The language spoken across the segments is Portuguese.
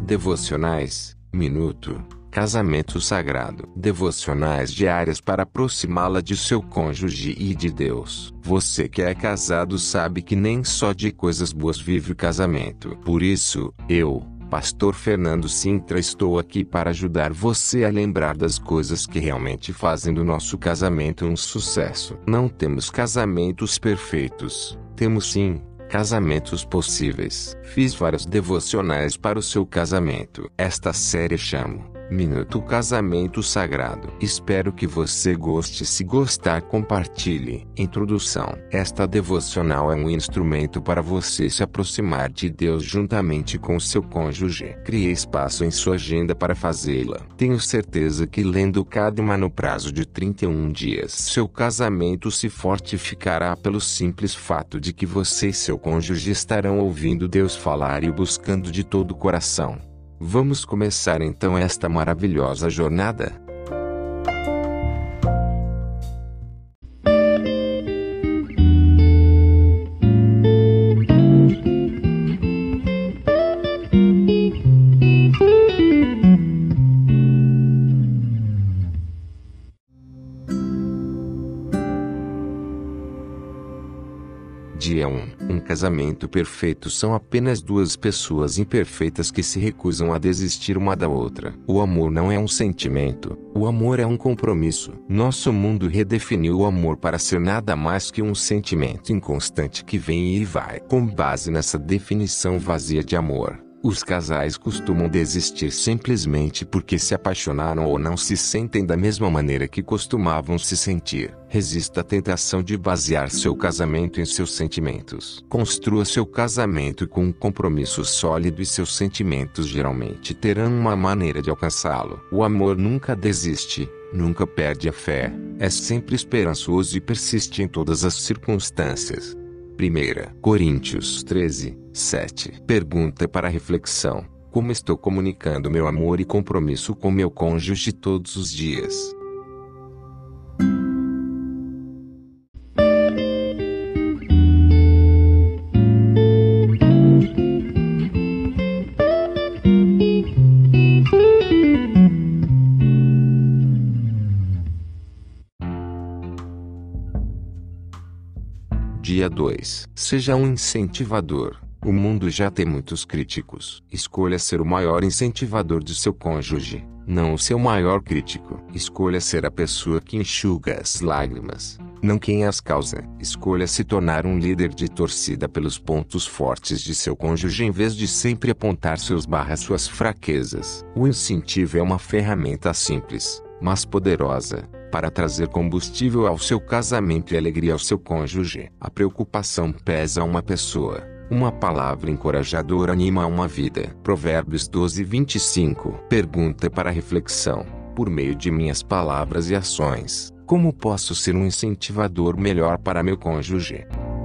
Devocionais, Minuto, Casamento Sagrado. Devocionais diárias para aproximá-la de seu cônjuge e de Deus. Você que é casado sabe que nem só de coisas boas vive o casamento. Por isso, Pastor Fernando Sintra, estou aqui para ajudar você a lembrar das coisas que realmente fazem do nosso casamento um sucesso. Não temos casamentos perfeitos, temos sim casamentos possíveis. Fiz vários devocionais para o seu casamento. Esta série chamo Minuto Casamento Sagrado. Espero que você goste. Se gostar, compartilhe. Introdução. Esta devocional é um instrumento para você se aproximar de Deus juntamente com seu cônjuge. Crie espaço em sua agenda para fazê-la. Tenho certeza que lendo cada uma no prazo de 31 dias, seu casamento se fortificará pelo simples fato de que você e seu cônjuge estarão ouvindo Deus falar e o buscando de todo o coração. Vamos começar então esta maravilhosa jornada? Dia 1. Um casamento perfeito são apenas duas pessoas imperfeitas que se recusam a desistir uma da outra. O amor não é um sentimento, o amor é um compromisso. Nosso mundo redefiniu o amor para ser nada mais que um sentimento inconstante que vem e vai. Com base nessa definição vazia de amor, os casais costumam desistir simplesmente porque se apaixonaram ou não se sentem da mesma maneira que costumavam se sentir. Resista à tentação de basear seu casamento em seus sentimentos. Construa seu casamento com um compromisso sólido e seus sentimentos geralmente terão uma maneira de alcançá-lo. O amor nunca desiste, nunca perde a fé, é sempre esperançoso e persiste em todas as circunstâncias. 1 Coríntios 13, 7. Pergunta para reflexão: como estou comunicando meu amor e compromisso com meu cônjuge todos os dias? Dia 2. Seja um incentivador. O mundo já tem muitos críticos. Escolha ser o maior incentivador de seu cônjuge, não o seu maior crítico. Escolha ser a pessoa que enxuga as lágrimas, não quem as causa. Escolha se tornar um líder de torcida pelos pontos fortes de seu cônjuge em vez de sempre apontar suas fraquezas. O incentivo é uma ferramenta simples, mas poderosa, para trazer combustível ao seu casamento e alegria ao seu cônjuge. A preocupação pesa uma pessoa, uma palavra encorajadora anima uma vida. Provérbios 12, 25. Pergunta para reflexão: por meio de minhas palavras e ações, como posso ser um incentivador melhor para meu cônjuge?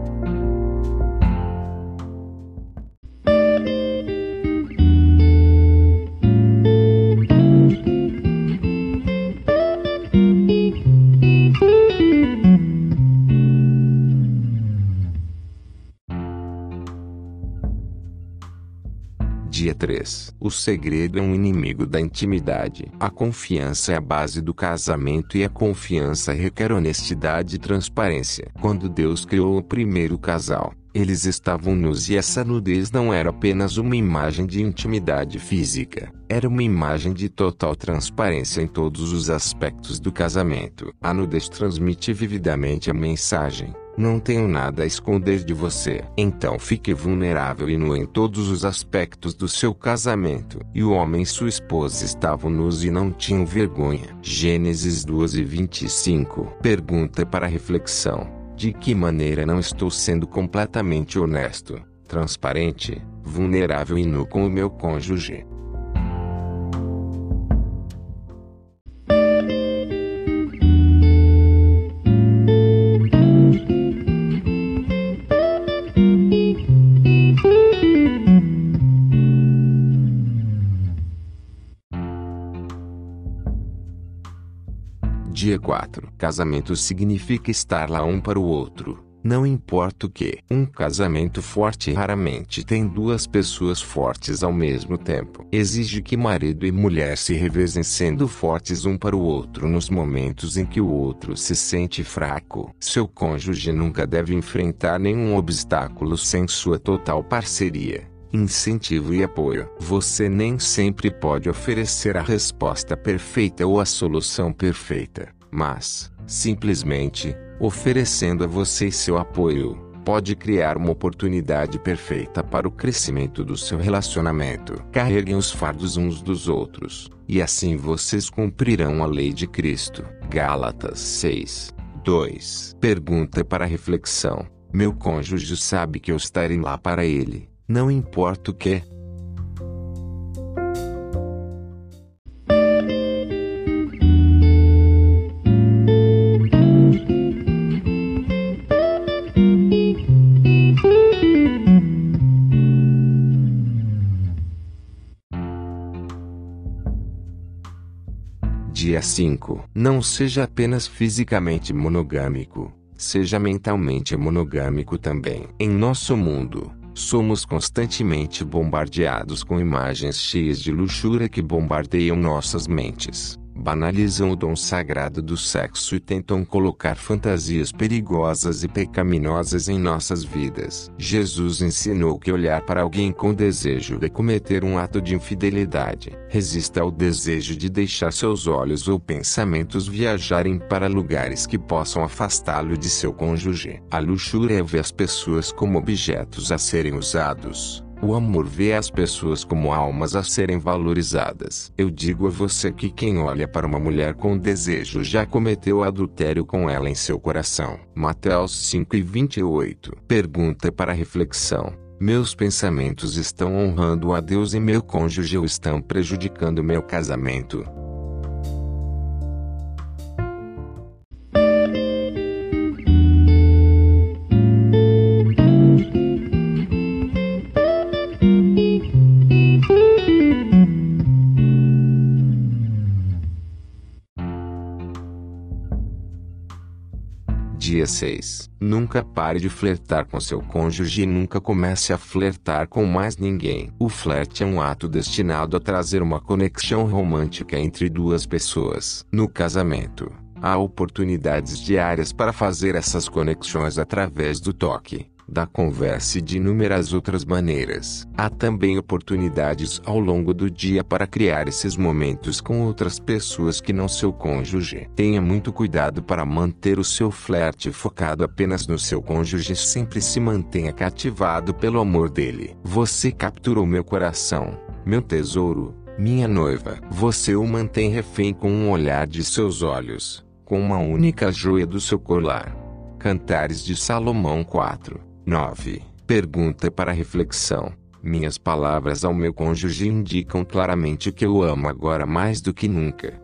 Dia 3. O segredo é um inimigo da intimidade. A confiança é a base do casamento e a confiança requer honestidade e transparência. Quando Deus criou o primeiro casal, eles estavam nus e essa nudez não era apenas uma imagem de intimidade física, era uma imagem de total transparência em todos os aspectos do casamento. A nudez transmite vividamente a mensagem: não tenho nada a esconder de você. Então fique vulnerável e nu em todos os aspectos do seu casamento. E o homem e sua esposa estavam nus e não tinham vergonha. Gênesis 12, 25. Pergunta para reflexão: de que maneira não estou sendo completamente honesto, transparente, vulnerável e nu com o meu cônjuge? Dia 4. Casamento significa estar lá um para o outro, Não importa o que. Um casamento forte raramente tem duas pessoas fortes ao mesmo tempo. Exige que marido e mulher se revezem sendo fortes um para o outro nos momentos em que o outro se sente fraco. Seu cônjuge nunca deve enfrentar nenhum obstáculo sem sua total parceria, incentivo e apoio. Você nem sempre pode oferecer a resposta perfeita ou a solução perfeita, mas, simplesmente, oferecendo a você seu apoio, pode criar uma oportunidade perfeita para o crescimento do seu relacionamento. Carreguem os fardos uns dos outros, e assim vocês cumprirão a lei de Cristo. Gálatas 6:2. Pergunta para reflexão: meu cônjuge sabe que eu estarei lá para ele, não importa o que? Dia 5. Não seja apenas fisicamente monogâmico, seja mentalmente monogâmico também. Em nosso mundo, somos constantemente bombardeados com imagens cheias de luxúria que bombardeiam nossas mentes, banalizam o dom sagrado do sexo e tentam colocar fantasias perigosas e pecaminosas em nossas vidas. Jesus ensinou que olhar para alguém com desejo de cometer um ato de infidelidade. Resista ao desejo de deixar seus olhos ou pensamentos viajarem para lugares que possam afastá-lo de seu cônjuge. A luxúria vê as pessoas como objetos a serem usados. O amor vê as pessoas como almas a serem valorizadas. Eu digo a você que quem olha para uma mulher com desejo já cometeu adultério com ela em seu coração. Mateus 5:28. Pergunta para reflexão: meus pensamentos estão honrando a Deus e meu cônjuge ou estão prejudicando meu casamento? Dia 6. Nunca pare de flertar com seu cônjuge e nunca comece a flertar com mais ninguém. O flerte é um ato destinado a trazer uma conexão romântica entre duas pessoas. No casamento, há oportunidades diárias para fazer essas conexões através do toque, da conversa e de inúmeras outras maneiras. Há também oportunidades ao longo do dia para criar esses momentos com outras pessoas que não seu cônjuge. Tenha muito cuidado para manter o seu flerte focado apenas no seu cônjuge. Sempre se mantenha cativado pelo amor dele. Você capturou meu coração, meu tesouro, minha noiva. Você o mantém refém com um olhar de seus olhos, com uma única joia do seu colar. Cantares de Salomão 4:9. Pergunta para reflexão: minhas palavras ao meu cônjuge indicam claramente que eu o amo agora mais do que nunca.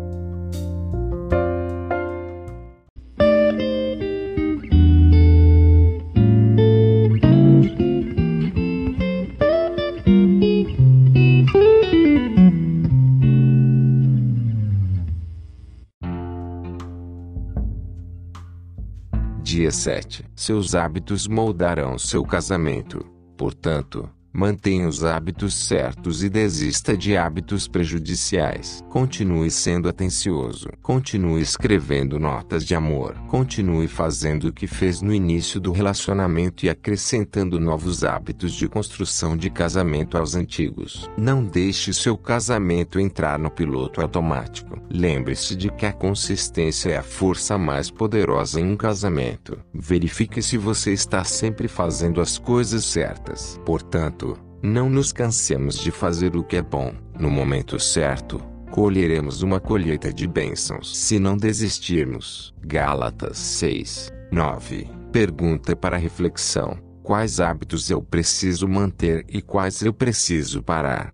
Dia 7. Seus hábitos moldarão seu casamento. Portanto, mantenha os hábitos certos e desista de hábitos prejudiciais. Continue sendo atencioso. Continue escrevendo notas de amor. Continue fazendo o que fez no início do relacionamento e acrescentando novos hábitos de construção de casamento aos antigos. Não deixe seu casamento entrar no piloto automático. Lembre-se de que a consistência é a força mais poderosa em um casamento. Verifique se você está sempre fazendo as coisas certas. Portanto, não nos cansemos de fazer o que é bom. No momento certo, colheremos uma colheita de bênçãos se não desistirmos. Gálatas 6:9. Pergunta para reflexão: quais hábitos eu preciso manter e quais eu preciso parar?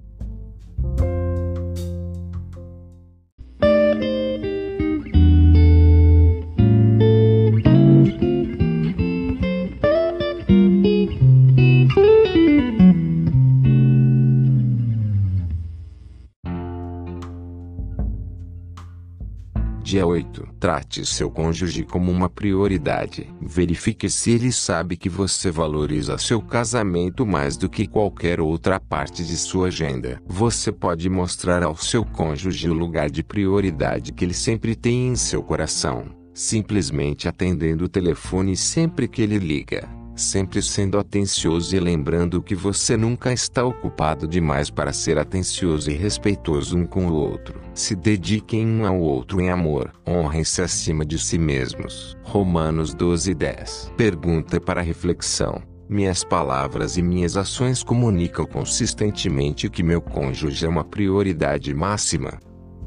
Dia Dia 8. Trate seu cônjuge como uma prioridade. Verifique se ele sabe que você valoriza seu casamento mais do que qualquer outra parte de sua agenda. Você pode mostrar ao seu cônjuge o lugar de prioridade que ele sempre tem em seu coração, simplesmente atendendo o telefone sempre que ele liga, sempre sendo atencioso e lembrando que você nunca está ocupado demais para ser atencioso e respeitoso um com o outro. Se dediquem um ao outro em amor. Honrem-se acima de si mesmos. Romanos 12:10. Pergunta para reflexão. Minhas palavras e minhas ações comunicam consistentemente que meu cônjuge é uma prioridade máxima?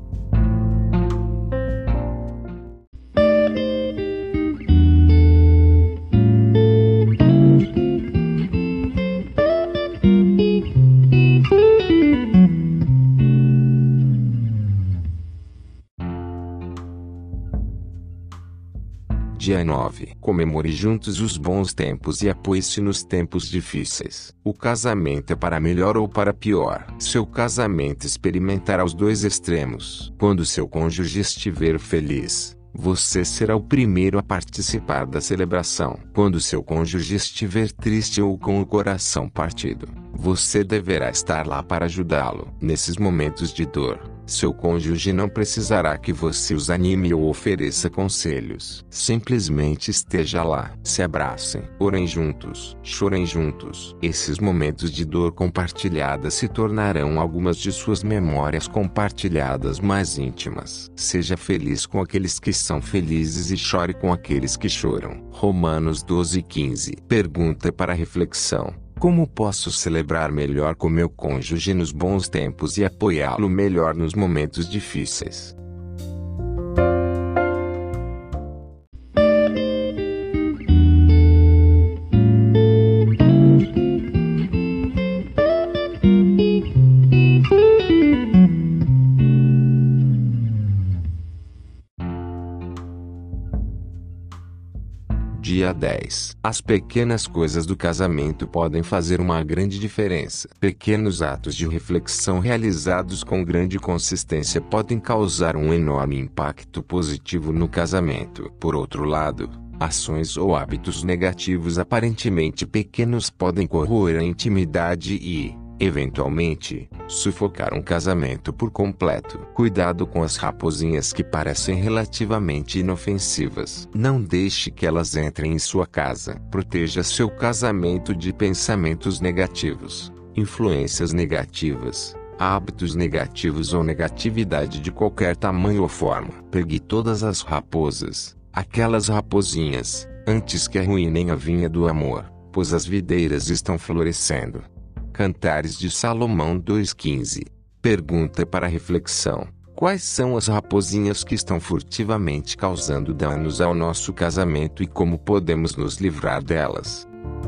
Dia 9. Comemore juntos os bons tempos e apoie-se nos tempos difíceis. O casamento é para melhor ou para pior. Seu casamento experimentará os dois extremos. Quando seu cônjuge estiver feliz, você será o primeiro a participar da celebração. Quando seu cônjuge estiver triste ou com o coração partido, você deverá estar lá para ajudá-lo. Nesses momentos de dor, seu cônjuge não precisará que você os anime ou ofereça conselhos. Simplesmente esteja lá. Se abracem, orem juntos, chorem juntos. Esses momentos de dor compartilhada se tornarão algumas de suas memórias compartilhadas mais íntimas. Seja feliz com aqueles que são felizes e chore com aqueles que choram. Romanos 12:15. Pergunta para reflexão. Como posso celebrar melhor com meu cônjuge nos bons tempos e apoiá-lo melhor nos momentos difíceis? Dia 10. As pequenas coisas do casamento podem fazer uma grande diferença. Pequenos atos de reflexão realizados com grande consistência podem causar um enorme impacto positivo no casamento. Por outro lado, ações ou hábitos negativos aparentemente pequenos podem corroer a intimidade e, eventualmente, sufocar um casamento por completo. Cuidado com as raposinhas que parecem relativamente inofensivas. Não deixe que elas entrem em sua casa. Proteja seu casamento de pensamentos negativos, influências negativas, hábitos negativos ou negatividade de qualquer tamanho ou forma. Pegue todas as raposas, aquelas raposinhas, antes que arruinem a vinha do amor, pois as videiras estão florescendo. Cantares de Salomão 2:15. Pergunta para reflexão. Quais são as raposinhas que estão furtivamente causando danos ao nosso casamento e como podemos nos livrar delas?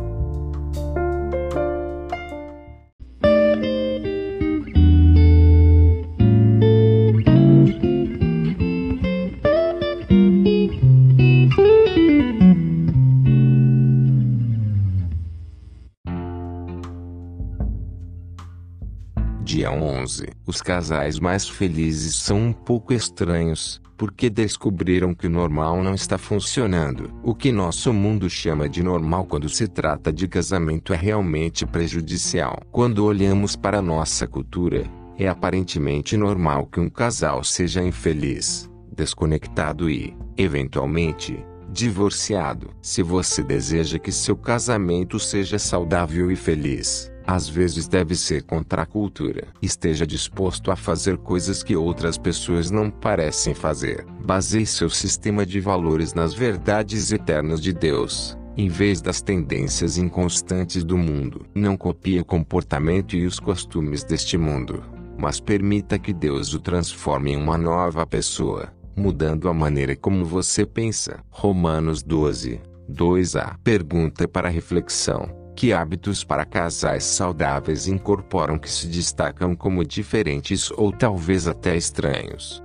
Dia 11. Os casais mais felizes são um pouco estranhos, porque descobriram que o normal não está funcionando. O que nosso mundo chama de normal quando se trata de casamento é realmente prejudicial. Quando olhamos para nossa cultura, é aparentemente normal que um casal seja infeliz, desconectado e, eventualmente, divorciado. Se você deseja que seu casamento seja saudável e feliz, às vezes deve ser contra a cultura. Esteja disposto a fazer coisas que outras pessoas não parecem fazer. Baseie seu sistema de valores nas verdades eternas de Deus, em vez das tendências inconstantes do mundo. Não copie o comportamento e os costumes deste mundo, mas permita que Deus o transforme em uma nova pessoa, mudando a maneira como você pensa. Romanos 12:2a. Pergunta para reflexão. Que hábitos para casais saudáveis incorporam que se destacam como diferentes ou talvez até estranhos?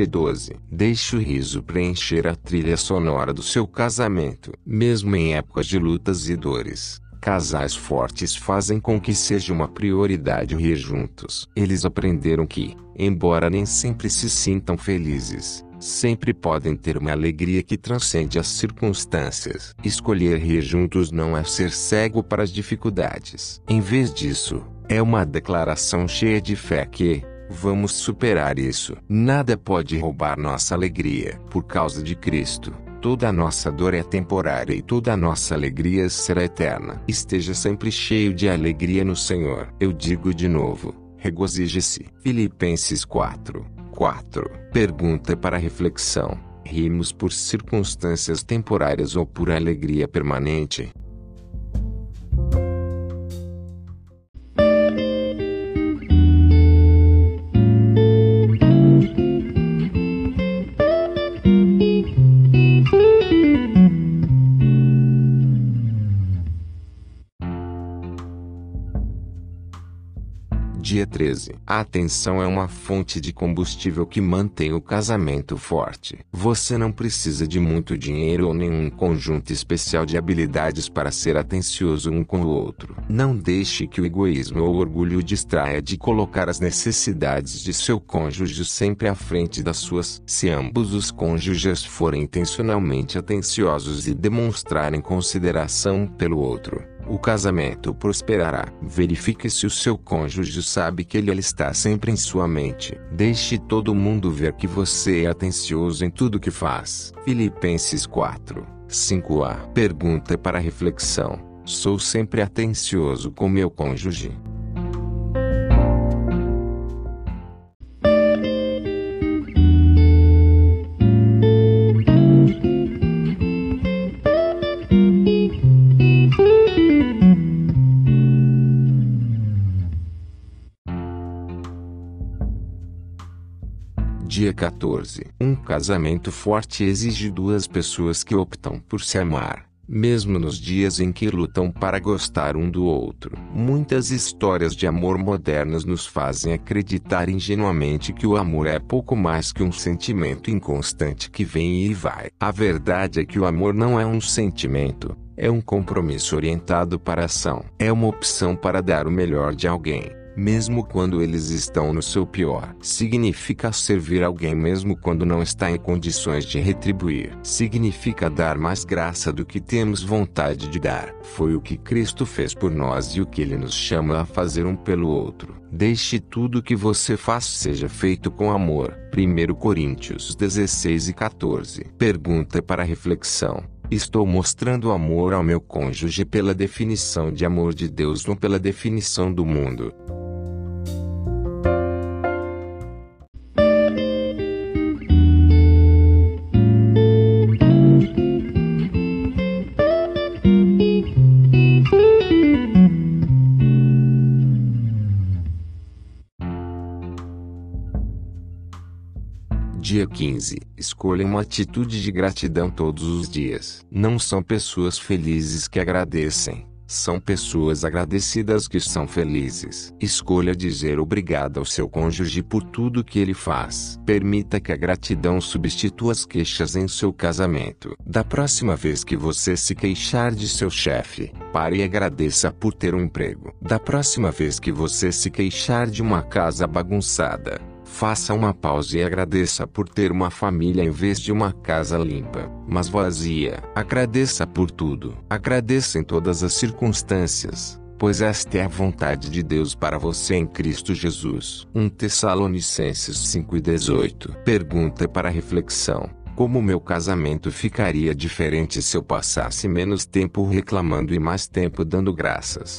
Dia 12. Deixe o riso preencher a trilha sonora do seu casamento. Mesmo em épocas de lutas e dores, casais fortes fazem com que seja uma prioridade rir juntos. Eles aprenderam que, embora nem sempre se sintam felizes, sempre podem ter uma alegria que transcende as circunstâncias. Escolher rir juntos não é ser cego para as dificuldades. Em vez disso, é uma declaração cheia de fé que vamos superar isso. Nada pode roubar nossa alegria. Por causa de Cristo, toda a nossa dor é temporária e toda a nossa alegria será eterna. Esteja sempre cheio de alegria no Senhor. Eu digo de novo, regozije-se. Filipenses 4:4. Pergunta para reflexão: rimos por circunstâncias temporárias ou por alegria permanente? Dia 13. A atenção é uma fonte de combustível que mantém o casamento forte. Você não precisa de muito dinheiro ou nenhum conjunto especial de habilidades para ser atencioso um com o outro. Não deixe que o egoísmo ou o orgulho o distraia de colocar as necessidades de seu cônjuge sempre à frente das suas. Se ambos os cônjuges forem intencionalmente atenciosos e demonstrarem consideração pelo outro, o casamento prosperará. Verifique se o seu cônjuge sabe que ele está sempre em sua mente. Deixe todo mundo ver que você é atencioso em tudo que faz. Filipenses 4:5a. Pergunta para reflexão: sou sempre atencioso com meu cônjuge? Dia 14. Um casamento forte exige duas pessoas que optam por se amar, mesmo nos dias em que lutam para gostar um do outro. Muitas histórias de amor modernas nos fazem acreditar ingenuamente que o amor é pouco mais que um sentimento inconstante que vem e vai. A verdade é que o amor não é um sentimento, é um compromisso orientado para a ação. É uma opção para dar o melhor de alguém, mesmo quando eles estão no seu pior. Significa servir alguém mesmo quando não está em condições de retribuir. Significa dar mais graça do que temos vontade de dar. Foi o que Cristo fez por nós e o que Ele nos chama a fazer um pelo outro. Deixe tudo que você faz seja feito com amor. 1 Coríntios 16:14. Pergunta para reflexão: estou mostrando amor ao meu cônjuge pela definição de amor de Deus ou pela definição do mundo? Dia 15. Escolha uma atitude de gratidão todos os dias. Não são pessoas felizes que agradecem, são pessoas agradecidas que são felizes. Escolha dizer obrigado ao seu cônjuge por tudo que ele faz. Permita que a gratidão substitua as queixas em seu casamento. Da próxima vez que você se queixar de seu chefe, pare e agradeça por ter um emprego. Da próxima vez que você se queixar de uma casa bagunçada, faça uma pausa e agradeça por ter uma família em vez de uma casa limpa, mas vazia. Agradeça por tudo. Agradeça em todas as circunstâncias, pois esta é a vontade de Deus para você em Cristo Jesus. 1 Tessalonicenses 5:18. Pergunta para reflexão: como meu casamento ficaria diferente se eu passasse menos tempo reclamando e mais tempo dando graças?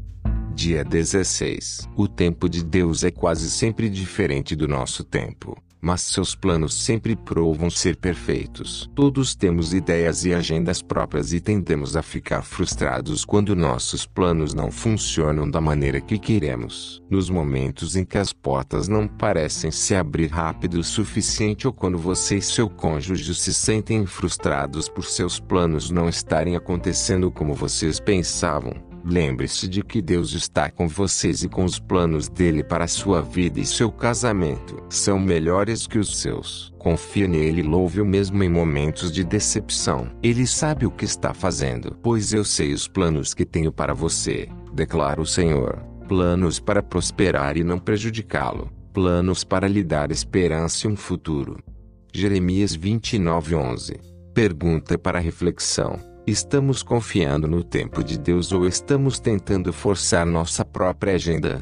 Dia 16. O tempo de Deus é quase sempre diferente do nosso tempo. mas seus planos sempre provam ser perfeitos. Todos temos ideias e agendas próprias e tendemos a ficar frustrados quando nossos planos não funcionam da maneira que queremos. Nos momentos em que as portas não parecem se abrir rápido o suficiente ou quando você e seu cônjuge se sentem frustrados por seus planos não estarem acontecendo como vocês pensavam, lembre-se de que Deus está com vocês e com os planos dele para a sua vida e seu casamento são melhores que os seus. Confie nele e louve-o mesmo em momentos de decepção. Ele sabe o que está fazendo. Pois eu sei os planos que tenho para você, declara o Senhor. Planos para prosperar e não prejudicá-lo. Planos para lhe dar esperança e um futuro. Jeremias 29:11. Pergunta para reflexão. Estamos confiando no tempo de Deus ou estamos tentando forçar nossa própria agenda?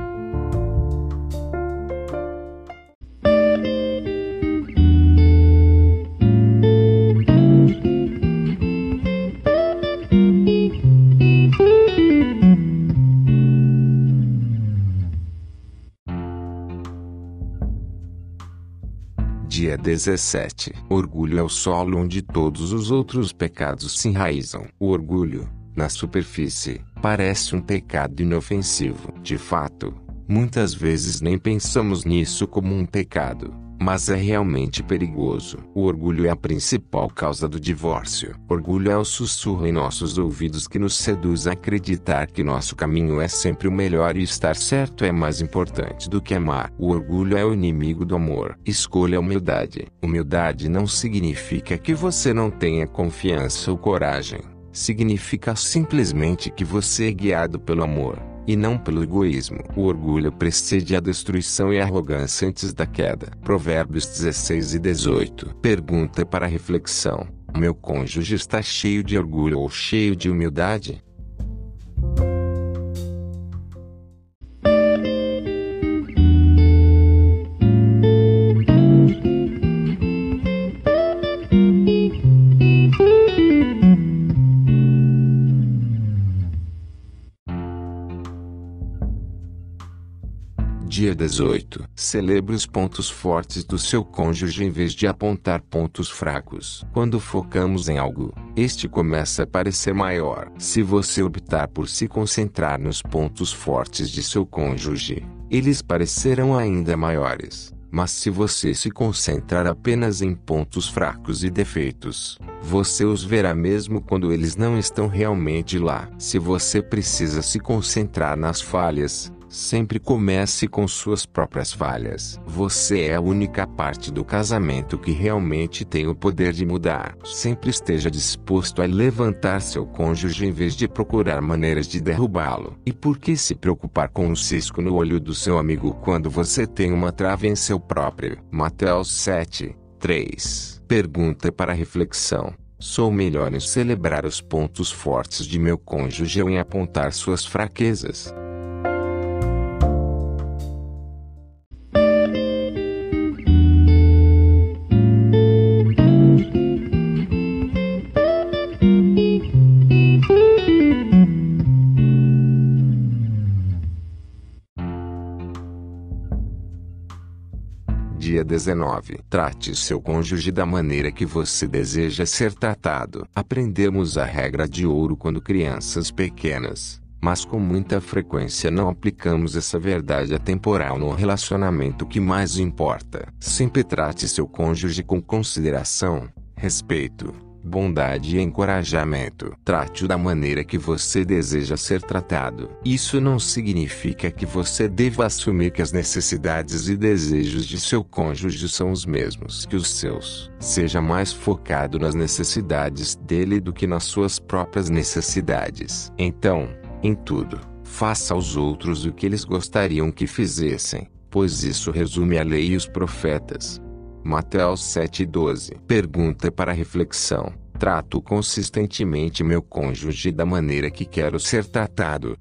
Dia 17. Orgulho é o solo onde todos os outros pecados se enraizam. O orgulho, na superfície, parece um pecado inofensivo. De fato, muitas vezes nem pensamos nisso como um pecado, mas é realmente perigoso. O orgulho é a principal causa do divórcio. Orgulho é o sussurro em nossos ouvidos que nos seduz a acreditar que nosso caminho é sempre o melhor e estar certo é mais importante do que amar. O orgulho é o inimigo do amor. Escolha a humildade. Humildade não significa que você não tenha confiança ou coragem. Significa simplesmente que você é guiado pelo amor, e não pelo egoísmo. O orgulho precede a destruição e a arrogância antes da queda. Provérbios 16:18. Pergunta para reflexão. Meu cônjuge está cheio de orgulho ou cheio de humildade? Dia 18. Celebre os pontos fortes do seu cônjuge em vez de apontar pontos fracos. Quando focamos em algo, este começa a parecer maior. Se você optar por se concentrar nos pontos fortes de seu cônjuge, eles parecerão ainda maiores. Mas se você se concentrar apenas em pontos fracos e defeitos, você os verá mesmo quando eles não estão realmente lá. Se você precisa se concentrar nas falhas, sempre comece com suas próprias falhas. Você é a única parte do casamento que realmente tem o poder de mudar. Sempre esteja disposto a levantar seu cônjuge em vez de procurar maneiras de derrubá-lo. E por que se preocupar com um cisco no olho do seu amigo quando você tem uma trave em seu próprio? Mateus 7:3. Pergunta para reflexão. Sou melhor em celebrar os pontos fortes de meu cônjuge ou em apontar suas fraquezas? Dia 19. Trate seu cônjuge da maneira que você deseja ser tratado. Aprendemos a regra de ouro quando crianças pequenas, mas com muita frequência não aplicamos essa verdade atemporal no relacionamento que mais importa. Sempre trate seu cônjuge com consideração, respeito, bondade e encorajamento. Trate-o da maneira que você deseja ser tratado. Isso não significa que você deva assumir que as necessidades e desejos de seu cônjuge são os mesmos que os seus. Seja mais focado nas necessidades dele do que nas suas próprias necessidades. Então, em tudo, faça aos outros o que eles gostariam que fizessem, pois isso resume a lei e os profetas. Mateus 7:12. Pergunta para reflexão. Trato consistentemente meu cônjuge da maneira que quero ser tratado?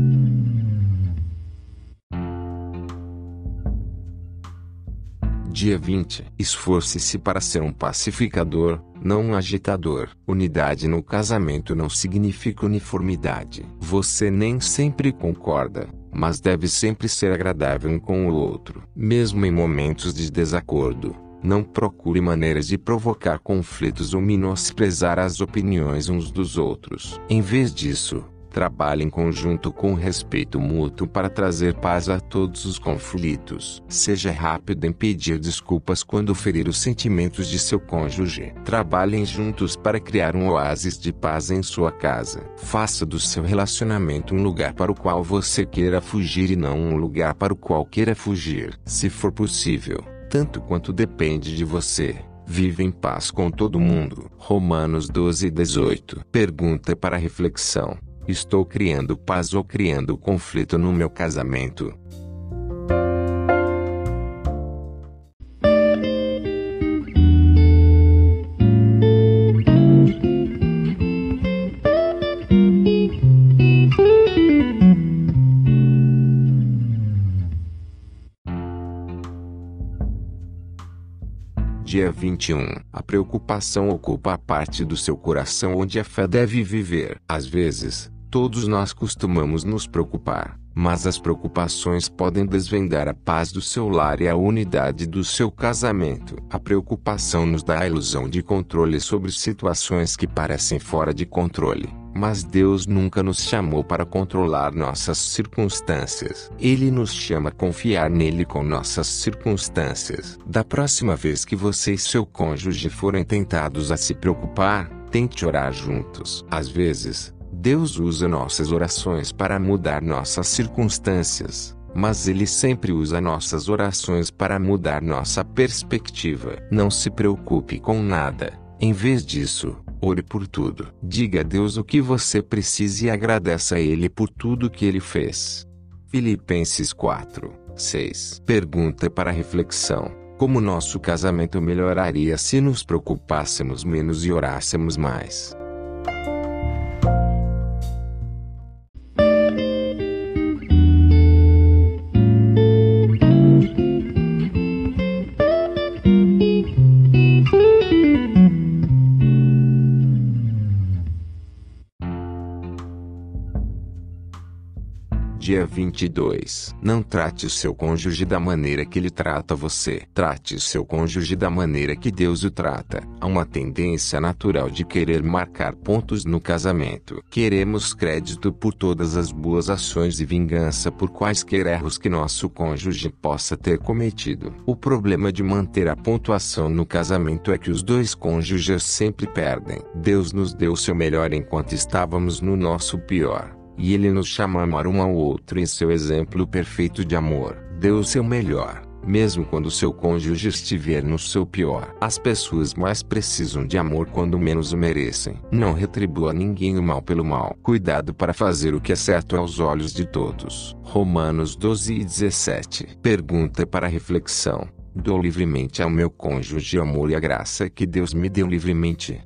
Dia 20. Esforce-se para ser um pacificador, não um agitador. Unidade no casamento não significa uniformidade. Você nem sempre concorda, mas deve sempre ser agradável um com o outro. Mesmo em momentos de desacordo, não procure maneiras de provocar conflitos ou menosprezar as opiniões uns dos outros. Em vez disso, trabalhe em conjunto com respeito mútuo para trazer paz a todos os conflitos. Seja rápido em pedir desculpas quando ferir os sentimentos de seu cônjuge. Trabalhem juntos para criar um oásis de paz em sua casa. Faça do seu relacionamento um lugar para o qual você queira fugir e não um lugar para o qual queira fugir. Se for possível, tanto quanto depende de você, vive em paz com todo mundo. Romanos 12:18. Pergunta para reflexão: estou criando paz ou criando conflito no meu casamento? Dia 21. A preocupação ocupa a parte do seu coração onde a fé deve viver. Às vezes, todos nós costumamos nos preocupar, mas as preocupações podem desvendar a paz do seu lar e a unidade do seu casamento. A preocupação nos dá a ilusão de controle sobre situações que parecem fora de controle. Mas Deus nunca nos chamou para controlar nossas circunstâncias. Ele nos chama a confiar nele com nossas circunstâncias. Da próxima vez que você e seu cônjuge forem tentados a se preocupar, tente orar juntos. Às vezes, Deus usa nossas orações para mudar nossas circunstâncias, mas Ele sempre usa nossas orações para mudar nossa perspectiva. Não se preocupe com nada. Em vez disso, ore por tudo. Diga a Deus o que você precisa e agradeça a Ele por tudo que Ele fez. Filipenses 4:6. Pergunta para reflexão: como nosso casamento melhoraria se nos preocupássemos menos e orássemos mais? Dia 22. Não trate o seu cônjuge da maneira que ele trata você. Trate o seu cônjuge da maneira que Deus o trata. Há uma tendência natural de querer marcar pontos no casamento. Queremos crédito por todas as boas ações e vingança por quaisquer erros que nosso cônjuge possa ter cometido. O problema de manter a pontuação no casamento é que os dois cônjuges sempre perdem. Deus nos deu o seu melhor enquanto estávamos no nosso pior. E Ele nos chama a amar um ao outro em seu exemplo perfeito de amor. Dê o seu melhor, mesmo quando seu cônjuge estiver no seu pior. As pessoas mais precisam de amor quando menos o merecem. Não retribua a ninguém o mal pelo mal. Cuidado para fazer o que é certo aos olhos de todos. Romanos 12:17. Pergunta para reflexão: dou livremente ao meu cônjuge o amor e a graça que Deus me deu livremente?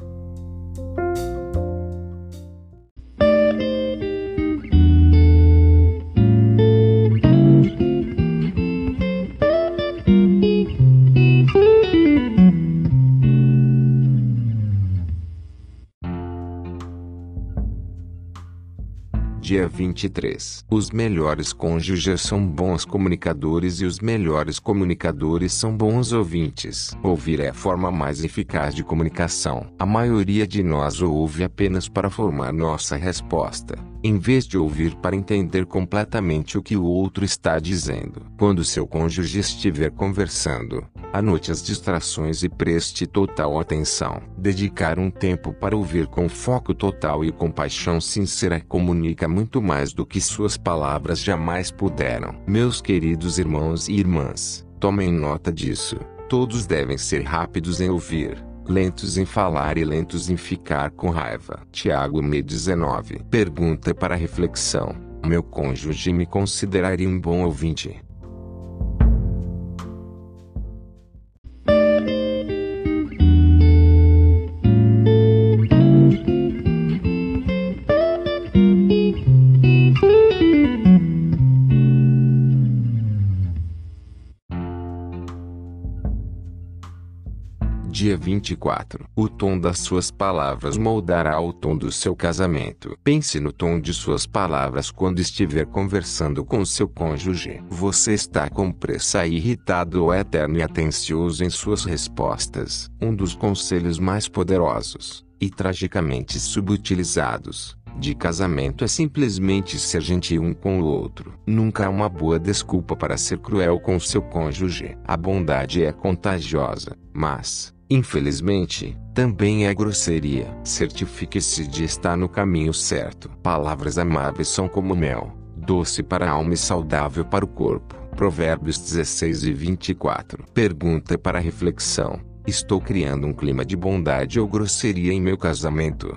Dia 23. Os melhores cônjuges são bons comunicadores e os melhores comunicadores são bons ouvintes. Ouvir é a forma mais eficaz de comunicação. A maioria de nós ouve apenas para formar nossa resposta, em vez de ouvir para entender completamente o que o outro está dizendo. Quando seu cônjuge estiver conversando, anote as distrações e preste total atenção. Dedicar um tempo para ouvir com foco total e compaixão sincera comunica muito mais do que suas palavras jamais puderam. Meus queridos irmãos e irmãs, tomem nota disso. Todos devem ser rápidos em ouvir, lentos em falar e lentos em ficar com raiva. Tiago 1:19. Pergunta para reflexão: meu cônjuge me consideraria um bom ouvinte? Dia 24. O tom das suas palavras moldará o tom do seu casamento. Pense no tom de suas palavras quando estiver conversando com seu cônjuge. Você está com pressa, irritado ou eterno e atencioso em suas respostas. Um dos conselhos mais poderosos, e tragicamente subutilizados, de casamento é simplesmente ser gentil um com o outro. Nunca há uma boa desculpa para ser cruel com seu cônjuge. A bondade é contagiosa, mas, infelizmente, também é grosseria. Certifique-se de estar no caminho certo. Palavras amáveis são como mel, doce para a alma e saudável para o corpo. Provérbios 16:24. Pergunta para reflexão: estou criando um clima de bondade ou grosseria em meu casamento?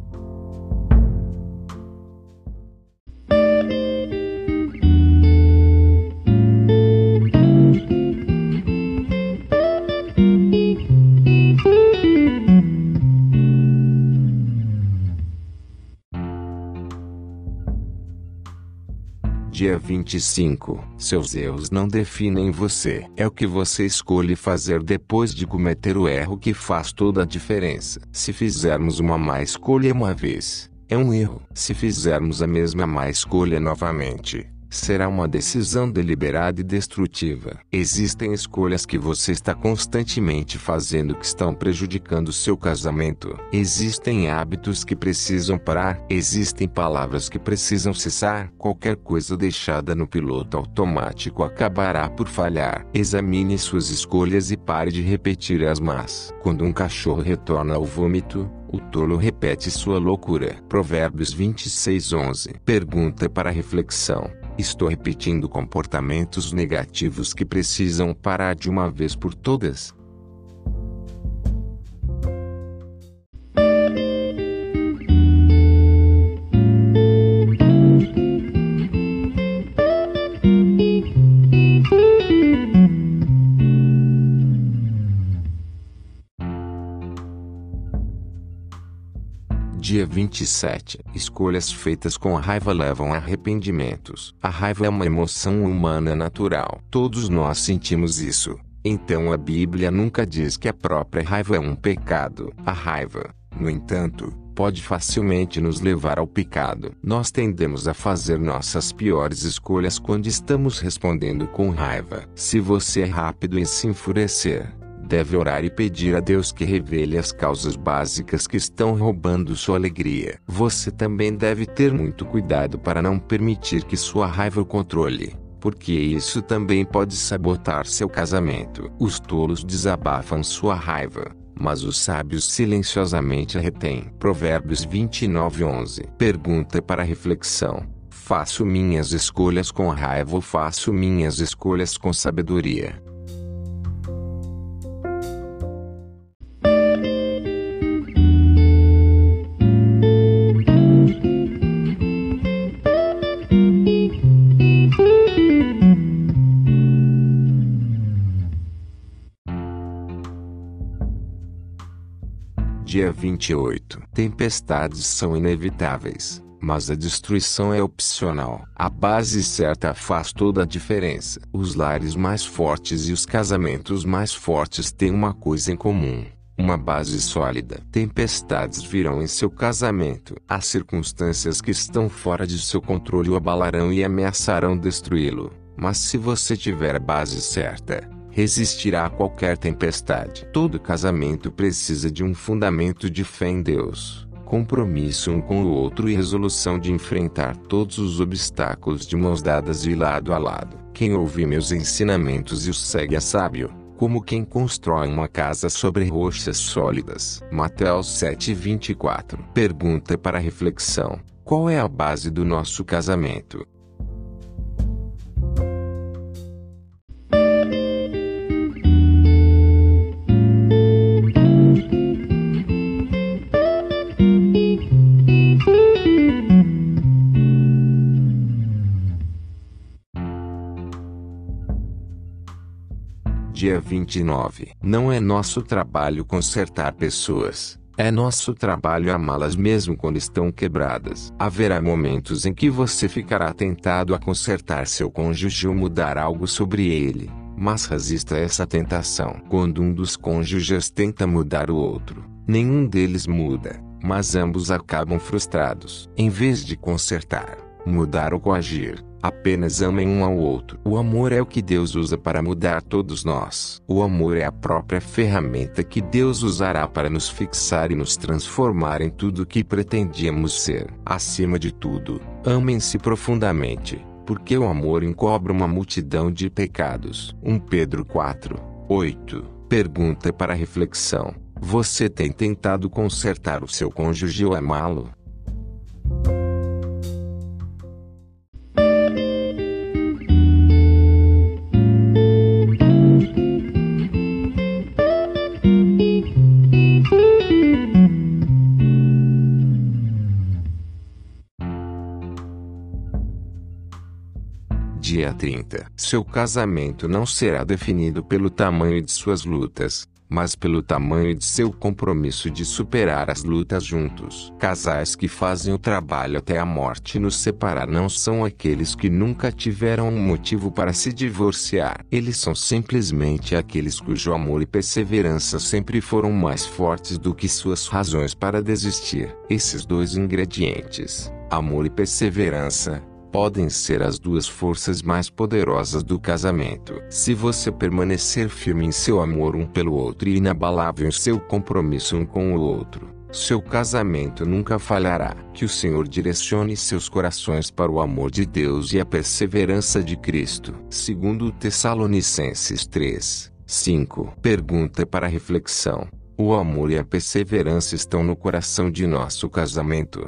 Dia 25. Seus erros não definem você. É o que você escolhe fazer depois de cometer o erro que faz toda a diferença. Se fizermos uma má escolha uma vez, é um erro. Se fizermos a mesma má escolha novamente, será uma decisão deliberada e destrutiva. Existem escolhas que você está constantemente fazendo que estão prejudicando seu casamento. Existem hábitos que precisam parar. Existem palavras que precisam cessar. Qualquer coisa deixada no piloto automático acabará por falhar. Examine suas escolhas e pare de repetir as más. Quando um cachorro retorna ao vômito, o tolo repete sua loucura. Provérbios 26:11. Pergunta para reflexão: estou repetindo comportamentos negativos que precisam parar de uma vez por todas? Dia 27. Escolhas feitas com raiva levam a arrependimentos. A raiva é uma emoção humana natural. Todos nós sentimos isso. Então a Bíblia nunca diz que a própria raiva é um pecado. A raiva, no entanto, pode facilmente nos levar ao pecado. Nós tendemos a fazer nossas piores escolhas quando estamos respondendo com raiva. Se você é rápido em se enfurecer, deve orar e pedir a Deus que revele as causas básicas que estão roubando sua alegria. Você também deve ter muito cuidado para não permitir que sua raiva o controle, porque isso também pode sabotar seu casamento. Os tolos desabafam sua raiva, mas os sábios silenciosamente a retêm. Provérbios 29:11. Pergunta para reflexão: faço minhas escolhas com raiva ou faço minhas escolhas com sabedoria? Dia 28. Tempestades são inevitáveis, mas a destruição é opcional. A base certa faz toda a diferença. Os lares mais fortes e os casamentos mais fortes têm uma coisa em comum: uma base sólida. Tempestades virão em seu casamento. As circunstâncias que estão fora de seu controle o abalarão e ameaçarão destruí-lo. Mas se você tiver a base certa, resistirá a qualquer tempestade. Todo casamento precisa de um fundamento de fé em Deus, compromisso um com o outro e resolução de enfrentar todos os obstáculos de mãos dadas e lado a lado. Quem ouve meus ensinamentos e os segue é sábio, como quem constrói uma casa sobre rochas sólidas. Mateus 7:24. Pergunta para reflexão: qual é a base do nosso casamento? Dia 29. Não é nosso trabalho consertar pessoas. É nosso trabalho amá-las mesmo quando estão quebradas. Haverá momentos em que você ficará tentado a consertar seu cônjuge ou mudar algo sobre ele, Mas resista a essa tentação. Quando um dos cônjuges tenta mudar o outro, nenhum deles muda, mas ambos acabam frustrados. Em vez de consertar, mudar ou coagir, apenas amem um ao outro. O amor é o que Deus usa para mudar todos nós. O amor é a própria ferramenta que Deus usará para nos fixar e nos transformar em tudo o que pretendíamos ser. Acima de tudo, amem-se profundamente, porque o amor encobre uma multidão de pecados. 1 Pedro 4:8. Pergunta para reflexão: você tem tentado consertar o seu cônjuge ou amá-lo? Dia 30. Seu casamento não será definido pelo tamanho de suas lutas, mas pelo tamanho de seu compromisso de superar as lutas juntos. Casais que fazem o trabalho até a morte nos separar não são aqueles que nunca tiveram um motivo para se divorciar. Eles são simplesmente aqueles cujo amor e perseverança sempre foram mais fortes do que suas razões para desistir. Esses dois ingredientes, amor e perseverança, podem ser as duas forças mais poderosas do casamento. Se você permanecer firme em seu amor um pelo outro e inabalável em seu compromisso um com o outro, seu casamento nunca falhará. Que o Senhor direcione seus corações para o amor de Deus e a perseverança de Cristo. 2 Tessalonicenses 3:5. Pergunta para reflexão: o amor e a perseverança estão no coração de nosso casamento?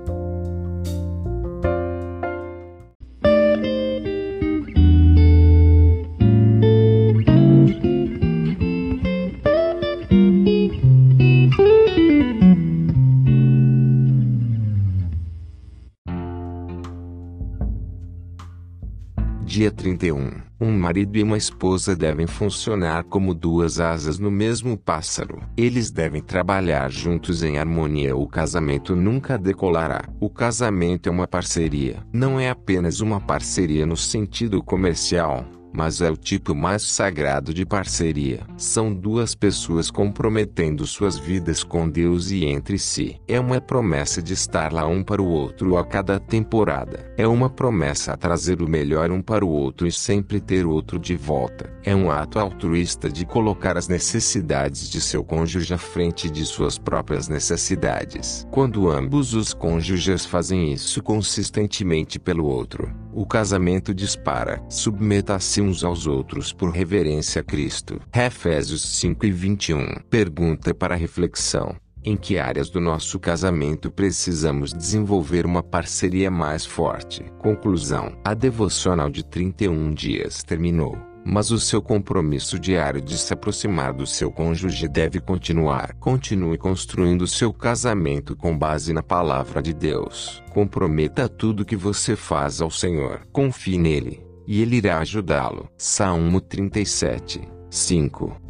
Dia 31. Um marido e uma esposa devem funcionar como duas asas no mesmo pássaro. Eles devem trabalhar juntos em harmonia ou o casamento nunca decolará. O casamento é uma parceria. Não é apenas uma parceria no sentido comercial, mas é o tipo mais sagrado de parceria. São duas pessoas comprometendo suas vidas com Deus e entre si. É uma promessa de estar lá um para o outro a cada temporada. É uma promessa a trazer o melhor um para o outro e sempre ter o outro de volta. É um ato altruísta de colocar as necessidades de seu cônjuge à frente de suas próprias necessidades. Quando ambos os cônjuges fazem isso consistentemente pelo outro, o casamento dispara. Submeta-se uns aos outros por reverência a Cristo. Efésios 5:21. Pergunta para reflexão: em que áreas do nosso casamento precisamos desenvolver uma parceria mais forte? Conclusão: a devocional de 31 dias terminou, mas o seu compromisso diário de se aproximar do seu cônjuge deve continuar. Continue construindo seu casamento com base na palavra de Deus. Comprometa tudo que você faz ao Senhor. Confie nele, e ele irá ajudá-lo. Salmo 37:5.